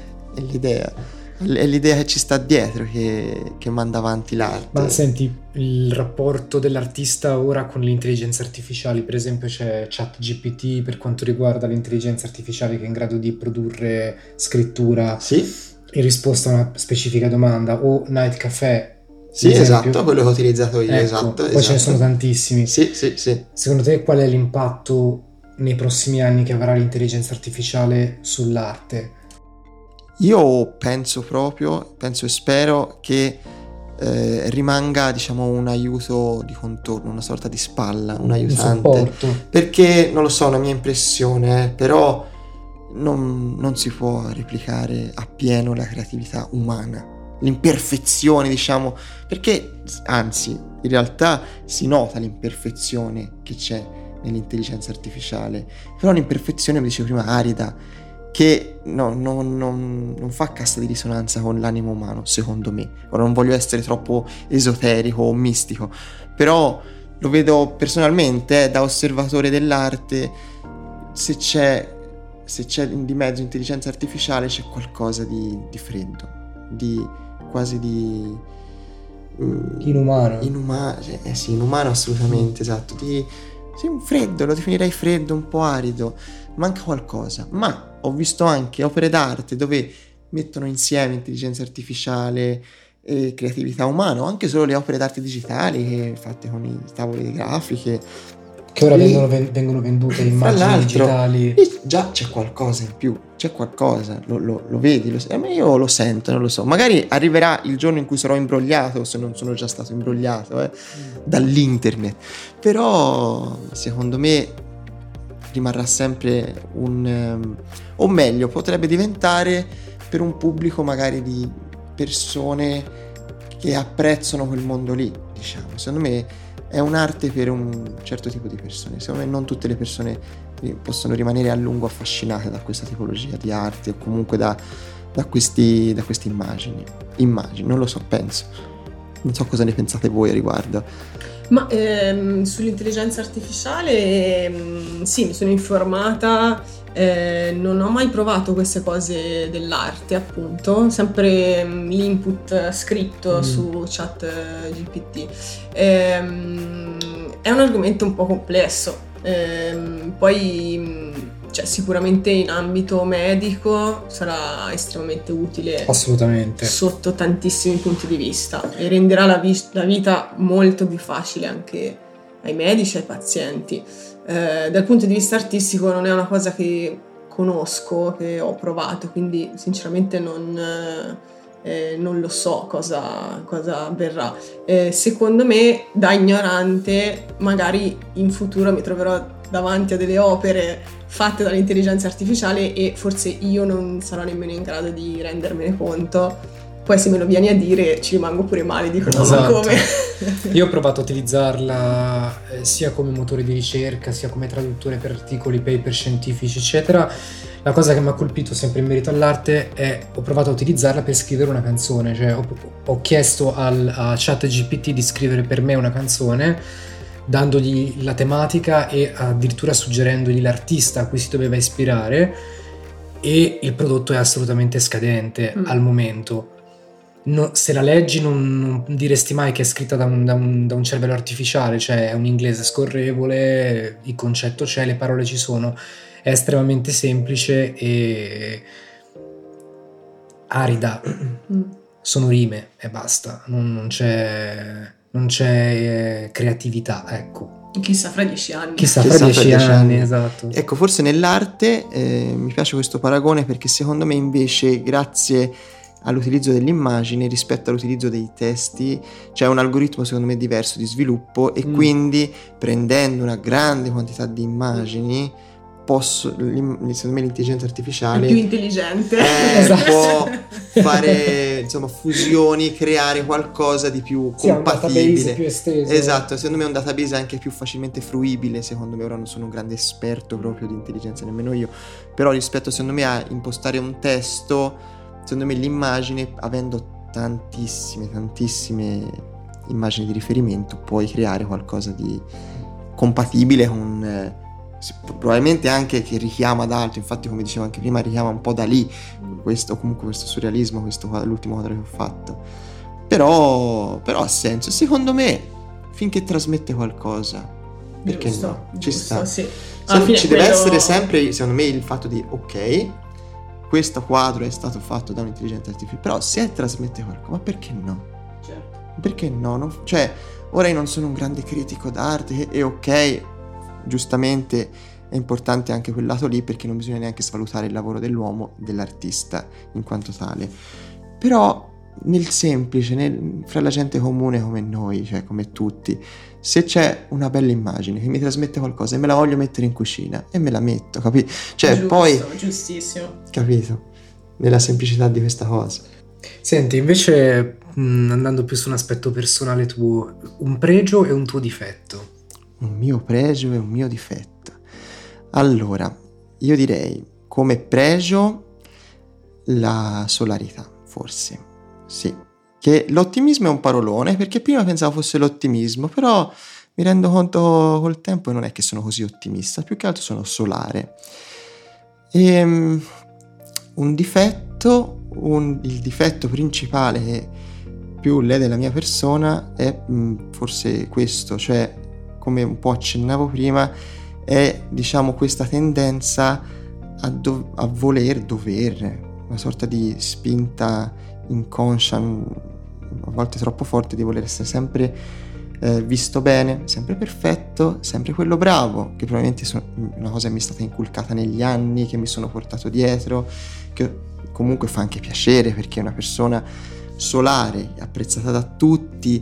Speaker 5: che ci sta dietro che manda avanti l'arte.
Speaker 4: Ma senti, il rapporto dell'artista ora con le intelligenze artificiali, per esempio c'è ChatGPT per quanto riguarda l'intelligenza artificiale, che è in grado di produrre scrittura in risposta a una specifica domanda, o Night Café.
Speaker 5: Sì, esatto, quello che ho utilizzato io, esatto.
Speaker 4: Poi ce ne sono tantissimi.
Speaker 5: Sì.
Speaker 4: Secondo te qual è l'impatto nei prossimi anni che avrà l'intelligenza artificiale sull'arte?
Speaker 5: Io penso e spero che rimanga, diciamo, un aiuto di contorno, una sorta di spalla, un aiutante.
Speaker 4: Un supporto.
Speaker 5: Perché, non lo so, una mia impressione, però non si può replicare appieno la creatività umana. L'imperfezione, diciamo, perché anzi in realtà si nota l'imperfezione che c'è nell'intelligenza artificiale, però un'imperfezione, come dicevo prima, arida, che non fa cassa di risonanza con l'animo umano, secondo me. Ora non voglio essere troppo esoterico o mistico, però lo vedo personalmente, da osservatore dell'arte. Se c'è di mezzo intelligenza artificiale, c'è qualcosa di freddo, quasi di
Speaker 4: inumano.
Speaker 5: Inumano assolutamente, esatto. Un freddo, lo definirei freddo, un po' arido, manca qualcosa. Ma ho visto anche opere d'arte dove mettono insieme intelligenza artificiale e creatività umana, o anche solo le opere d'arte digitali fatte con i tavoli di grafiche,
Speaker 4: Che ora
Speaker 5: lì,
Speaker 4: vengono vendute
Speaker 5: fra
Speaker 4: immagini
Speaker 5: l'altro,
Speaker 4: digitali.
Speaker 5: lì già c'è qualcosa in più, c'è qualcosa, lo vedi, ma io lo sento, non lo so. Magari arriverà il giorno in cui sarò imbrogliato, se non sono già stato imbrogliato dall'internet. Però secondo me rimarrà sempre o meglio, potrebbe diventare per un pubblico magari di persone che apprezzano quel mondo lì, diciamo. Secondo me è un'arte per un certo tipo di persone. Secondo me non tutte le persone possono rimanere a lungo affascinate da questa tipologia di arte o comunque da queste immagini. Non lo so, penso. Non so cosa ne pensate voi a riguardo.
Speaker 3: Ma sull'intelligenza artificiale sì, mi sono informata, non ho mai provato queste cose dell'arte, appunto, sempre l'input scritto su ChatGPT. È un argomento un po' complesso, poi cioè, sicuramente in ambito medico sarà estremamente utile.
Speaker 4: Assolutamente.
Speaker 3: Sotto tantissimi punti di vista, e renderà la vita molto più facile anche ai medici e ai pazienti. Dal punto di vista artistico non è una cosa che conosco, che ho provato, quindi sinceramente non lo so cosa avverrà. Secondo me, da ignorante, magari in futuro mi troverò davanti a delle opere fatte dall'intelligenza artificiale e forse io non sarò nemmeno in grado di rendermene conto. Poi se me lo vieni a dire ci rimango pure male, dico no,
Speaker 4: esatto.
Speaker 3: Ma come?
Speaker 4: Io ho provato a utilizzarla sia come motore di ricerca, sia come traduttore per articoli, paper scientifici, eccetera. La cosa che mi ha colpito sempre in merito all'arte è ho provato a utilizzarla per scrivere una canzone, cioè ho chiesto a ChatGPT di scrivere per me una canzone, dandogli la tematica e addirittura suggerendogli l'artista a cui si doveva ispirare, e il prodotto è assolutamente scadente al momento. No, se la leggi non diresti mai che è scritta da un cervello artificiale, cioè è un inglese scorrevole, il concetto c'è, le parole ci sono, è estremamente semplice e arida, sono rime e basta, non c'è creatività, ecco.
Speaker 3: Chissà fra 10 anni.
Speaker 4: Chissà fra 10 anni, esatto.
Speaker 5: Ecco, forse nell'arte mi piace questo paragone, perché secondo me invece grazie all'utilizzo dell'immagine rispetto all'utilizzo dei testi c'è un algoritmo secondo me diverso di sviluppo, e quindi prendendo una grande quantità di immagini secondo me l'intelligenza artificiale
Speaker 3: è più intelligente,
Speaker 5: può fare insomma fusioni, creare qualcosa di più compatibile,
Speaker 4: un database più esteso.
Speaker 5: Esatto, secondo me è un database anche più facilmente fruibile. Secondo me, ora non sono un grande esperto proprio di intelligenza nemmeno io, però rispetto secondo me a impostare un testo, secondo me l'immagine, avendo tantissime immagini di riferimento, puoi creare qualcosa di compatibile con probabilmente anche che richiama ad altro. Infatti, come dicevo anche prima, richiama un po' Dalì, questo surrealismo, l'ultimo quadro che ho fatto, però ha senso secondo me, finché trasmette qualcosa, perché no? Ci sta,
Speaker 3: sì.
Speaker 5: Ci deve essere sempre, secondo me, il fatto di ok, questo quadro è stato fatto da un'intelligenza artificiale, però se trasmette qualcosa, ma perché no?
Speaker 3: Certo.
Speaker 5: Perché no? Cioè, ora io non sono un grande critico d'arte e ok, giustamente è importante anche quel lato lì, perché non bisogna neanche svalutare il lavoro dell'uomo, dell'artista in quanto tale, però nel semplice, fra la gente comune come noi, cioè come tutti, se c'è una bella immagine che mi trasmette qualcosa e me la voglio mettere in cucina, e me la metto, capito? Cioè,
Speaker 3: giusto,
Speaker 5: poi
Speaker 3: giustissimo,
Speaker 5: capito? Nella semplicità di questa cosa.
Speaker 4: Senti, invece andando più su un aspetto personale tuo, un pregio e un tuo difetto.
Speaker 5: Un mio pregio e un mio difetto. Allora, io direi come pregio la solarità, forse. Sì, che l'ottimismo è un parolone, perché prima pensavo fosse l'ottimismo, però mi rendo conto col tempo che non è che sono così ottimista, più che altro sono solare. E un difetto, il difetto principale che più lede la mia persona è forse questo, cioè, come un po' accennavo prima, è diciamo questa tendenza a voler dover, una sorta di spinta inconscia, a volte troppo forte, di voler essere sempre visto bene, sempre perfetto, sempre quello bravo, che probabilmente una cosa che mi è stata inculcata negli anni, che mi sono portato dietro, che comunque fa anche piacere perché è una persona solare, apprezzata da tutti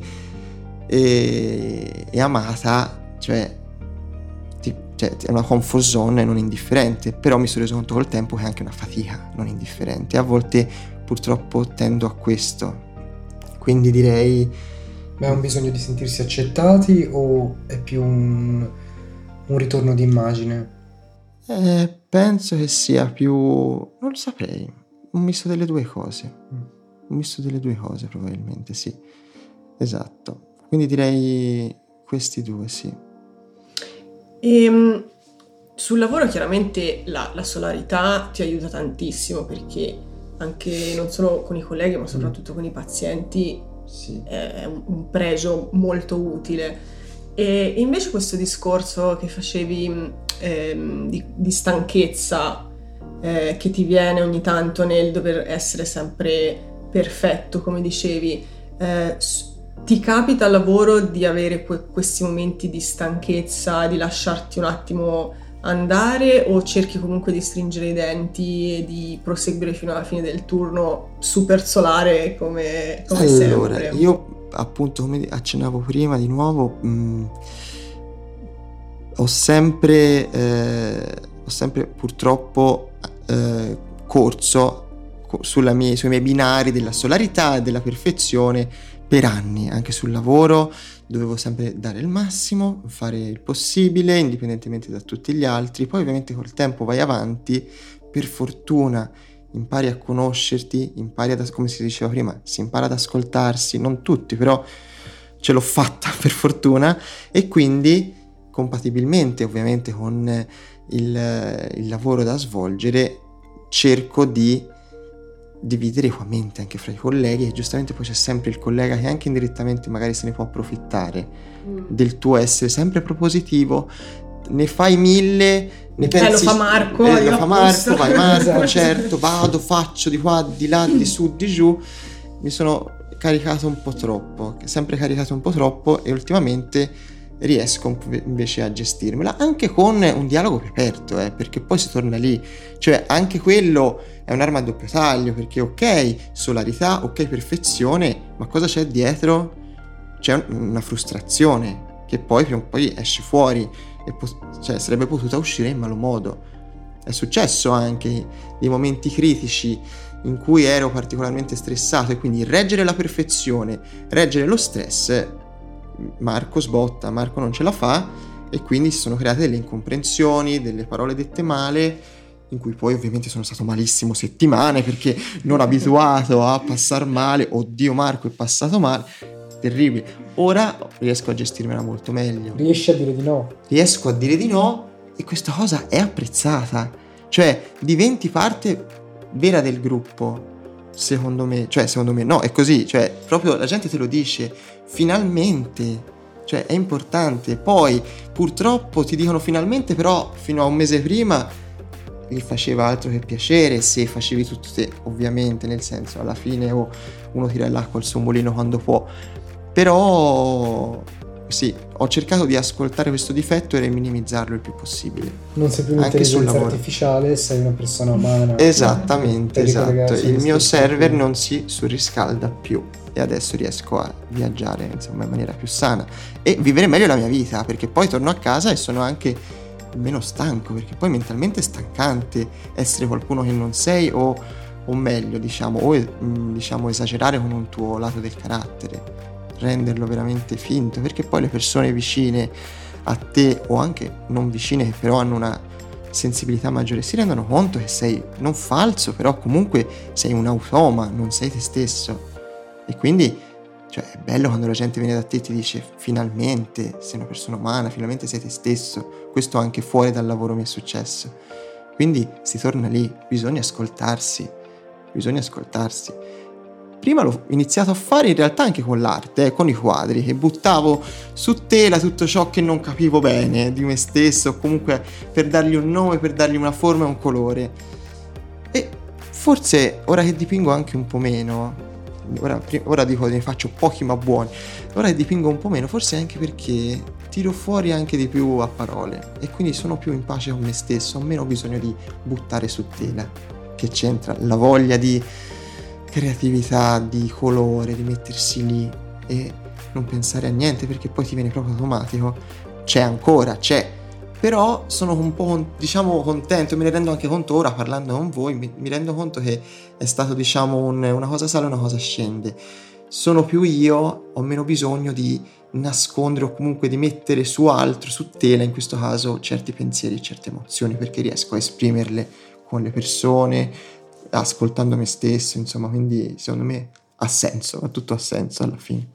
Speaker 5: e amata, cioè è una comfort zone non indifferente, però mi sono reso conto col tempo che è anche una fatica non indifferente, a volte purtroppo tendo a questo, quindi direi...
Speaker 4: Ma è un bisogno di sentirsi accettati o è più un ritorno di immagine?
Speaker 5: Penso che sia più... non lo saprei, un misto delle due cose. Un misto delle due cose probabilmente, sì. Esatto. Quindi direi questi due, sì.
Speaker 3: E sul lavoro chiaramente la solarità ti aiuta tantissimo, perché anche non solo con i colleghi ma soprattutto con i pazienti
Speaker 5: Sì.
Speaker 3: è un pregio molto utile. E invece questo discorso che facevi di stanchezza che ti viene ogni tanto nel dover essere sempre perfetto, come dicevi, ti capita al lavoro di avere questi momenti di stanchezza, di lasciarti un attimo andare, o cerchi comunque di stringere i denti e di proseguire fino alla fine del turno super solare come
Speaker 5: Allora,
Speaker 3: sempre?
Speaker 5: io appunto, come accennavo prima di nuovo, ho sempre purtroppo corso sui miei binari della solarità e della perfezione per anni. Anche sul lavoro dovevo sempre dare il massimo, fare il possibile indipendentemente da tutti gli altri. Poi ovviamente col tempo vai avanti, per fortuna impari a conoscerti, come si diceva prima, si impara ad ascoltarsi, non tutti, però ce l'ho fatta per fortuna, e quindi compatibilmente ovviamente con il lavoro da svolgere cerco di dividere equamente anche fra i colleghi, e giustamente poi c'è sempre il collega che anche indirettamente magari se ne può approfittare del tuo essere sempre propositivo, ne fai 1000, ne pensi...
Speaker 3: Lo fa Marco,
Speaker 5: vai Marco, certo, vado, faccio di qua, di là, di su, di giù. Mi sono caricato un po' troppo, sempre caricato un po' troppo, e ultimamente riesco invece a gestirmela anche con un dialogo più aperto, perché poi si torna lì, cioè anche quello è un'arma a doppio taglio, perché ok solarità, ok perfezione, ma cosa c'è dietro? C'è una frustrazione che poi prima o poi esce fuori, e cioè sarebbe potuta uscire in malo modo. È successo anche dei momenti critici in cui ero particolarmente stressato, e quindi reggere la perfezione, reggere lo stress, Marco sbotta, Marco non ce la fa, e quindi si sono create delle incomprensioni, delle parole dette male, in cui poi ovviamente sono stato malissimo settimane, perché non abituato a passar male. Oddio, Marco è passato male, terribile. Ora riesco a gestirmela molto meglio.
Speaker 4: Riesci a dire di no?
Speaker 5: Riesco a dire di no, e questa cosa è apprezzata, cioè diventi parte vera del gruppo. Secondo me no, è così, cioè proprio la gente te lo dice, finalmente, cioè è importante. Poi purtroppo ti dicono finalmente, però fino a un mese prima gli faceva altro che piacere se facevi tutto te, ovviamente, nel senso, alla fine uno tira l'acqua al suo mulino quando può, però sì, ho cercato di ascoltare questo difetto e minimizzarlo il più possibile.
Speaker 4: Non sei più un'intelligenza artificiale, sei una persona umana.
Speaker 5: Esattamente, esatto. Il mio server non si surriscalda più, e adesso riesco a viaggiare, insomma, in maniera più sana e vivere meglio la mia vita, perché poi torno a casa e sono anche meno stanco, perché poi mentalmente è stancante essere qualcuno che non sei, o meglio, diciamo esagerare con un tuo lato del carattere, renderlo veramente finto, perché poi le persone vicine a te, o anche non vicine, che però hanno una sensibilità maggiore, si rendono conto che sei non falso, però comunque sei un automa, non sei te stesso. E quindi, cioè, è bello quando la gente viene da te e ti dice finalmente sei una persona umana, finalmente sei te stesso. Questo anche fuori dal lavoro mi è successo. Quindi si torna lì, bisogna ascoltarsi. Prima l'ho iniziato a fare in realtà anche con l'arte, con i quadri, che buttavo su tela tutto ciò che non capivo bene di me stesso, comunque per dargli un nome, per dargli una forma e un colore. E forse ora che dipingo anche un po' meno, ora dico ne faccio pochi ma buoni, ora dipingo un po' meno, forse anche perché tiro fuori anche di più a parole e quindi sono più in pace con me stesso, ho meno bisogno di buttare su tela. Che c'entra la voglia di creatività, di colore, di mettersi lì e non pensare a niente perché poi ti viene proprio automatico, c'è, però sono un po' diciamo contento, me ne rendo anche conto ora parlando con voi, mi rendo conto che è stato diciamo una cosa sale, una cosa scende, sono più io, ho meno bisogno di nascondere o comunque di mettere su altro, su tela in questo caso, certi pensieri e certe emozioni perché riesco a esprimerle con le persone, ascoltando me stesso, insomma, quindi secondo me ha senso, tutto ha senso alla fine.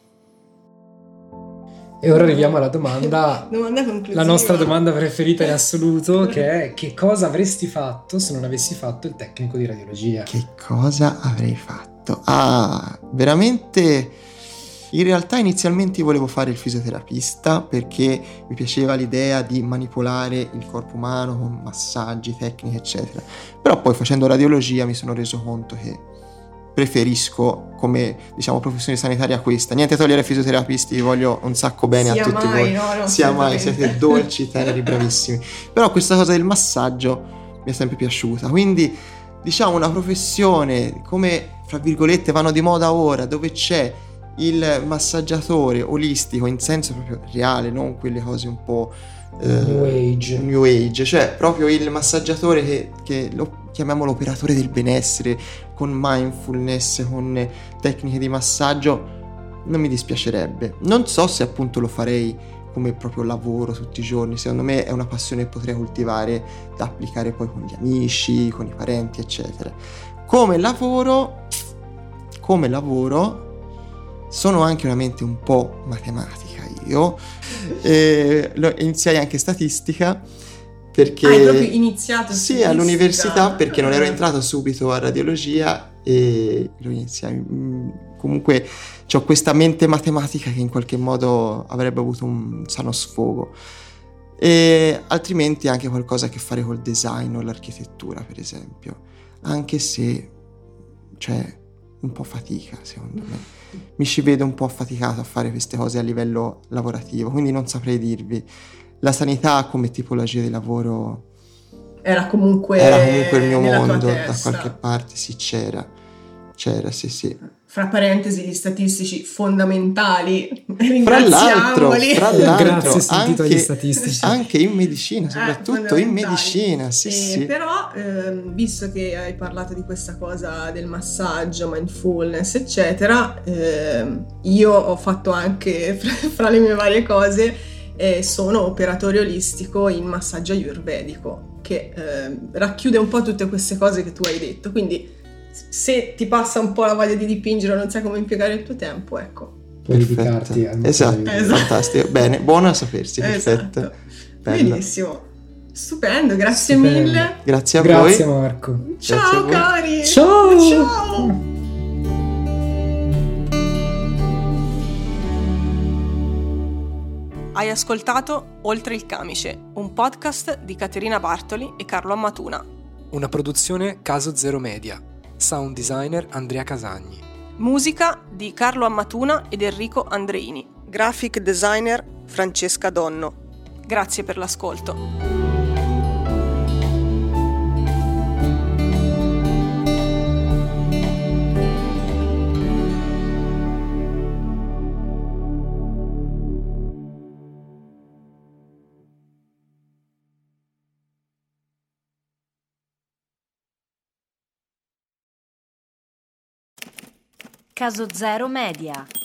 Speaker 4: E ora arriviamo alla domanda
Speaker 3: conclusiva.
Speaker 4: La nostra domanda preferita in assoluto, che è: che cosa avresti fatto se non avessi fatto il tecnico di radiologia?
Speaker 5: Che cosa avrei fatto? Veramente, in realtà inizialmente volevo fare il fisioterapista perché mi piaceva l'idea di manipolare il corpo umano con massaggi, tecniche eccetera, però poi facendo radiologia mi sono reso conto che preferisco come diciamo professione sanitaria questa, niente togliere ai fisioterapisti, vi voglio un sacco bene a tutti voi,
Speaker 3: no,
Speaker 5: sia mai, siete dolci, teneri, bravissimi, però questa cosa del massaggio mi è sempre piaciuta, quindi diciamo una professione come fra virgolette vanno di moda ora, dove c'è il massaggiatore olistico in senso proprio reale, non quelle cose un po' New Age, cioè proprio il massaggiatore che lo chiamiamo l'operatore del benessere, con mindfulness, con tecniche di massaggio, non mi dispiacerebbe. Non so se appunto lo farei come proprio lavoro tutti i giorni, secondo me è una passione che potrei coltivare da applicare poi con gli amici, con i parenti eccetera. Come lavoro sono anche una mente un po' matematica io, iniziai anche statistica perché
Speaker 3: hai proprio iniziato
Speaker 5: sì, all'università perché non ero entrato subito a radiologia e lo iniziai. Comunque c'ho questa mente matematica che in qualche modo avrebbe avuto un sano sfogo, e altrimenti anche qualcosa a che fare col design o l'architettura per esempio, anche se cioè un po' fatica secondo me, mi ci vedo un po' affaticato a fare queste cose a livello lavorativo, quindi non saprei dirvi. La sanità come tipologia di lavoro
Speaker 3: era comunque
Speaker 5: il mio mondo,
Speaker 3: da
Speaker 5: qualche parte sì, c'era sì.
Speaker 3: Fra parentesi, gli statistici fondamentali,
Speaker 5: fra l'altro
Speaker 4: grazie, sentito
Speaker 5: anche,
Speaker 4: agli statistici
Speaker 5: anche in medicina, soprattutto in medicina, sì.
Speaker 3: Però visto che hai parlato di questa cosa del massaggio, mindfulness eccetera, io ho fatto anche fra le mie varie cose, sono operatore olistico in massaggio ayurvedico, che racchiude un po' tutte queste cose che tu hai detto, quindi se ti passa un po' la voglia di dipingere o non sai come impiegare il tuo tempo, ecco,
Speaker 4: puoi dedicarti al
Speaker 5: esatto, fantastico, bene, buono a sapersi, perfetto,
Speaker 3: esatto. Benissimo, stupendo, grazie mille,
Speaker 5: grazie a
Speaker 4: voi,
Speaker 5: grazie
Speaker 4: Marco,
Speaker 3: ciao cari,
Speaker 4: ciao.
Speaker 3: Hai ascoltato Oltre il Camice, un podcast di Caterina Bartoli e Carlo Ammatuna,
Speaker 4: una produzione Caso Zero Media, sound designer Andrea Casagni,
Speaker 3: musica di Carlo Ammatuna ed Enrico Andreini, graphic designer Francesca Donno. Grazie per l'ascolto.
Speaker 1: Caso Zero Media.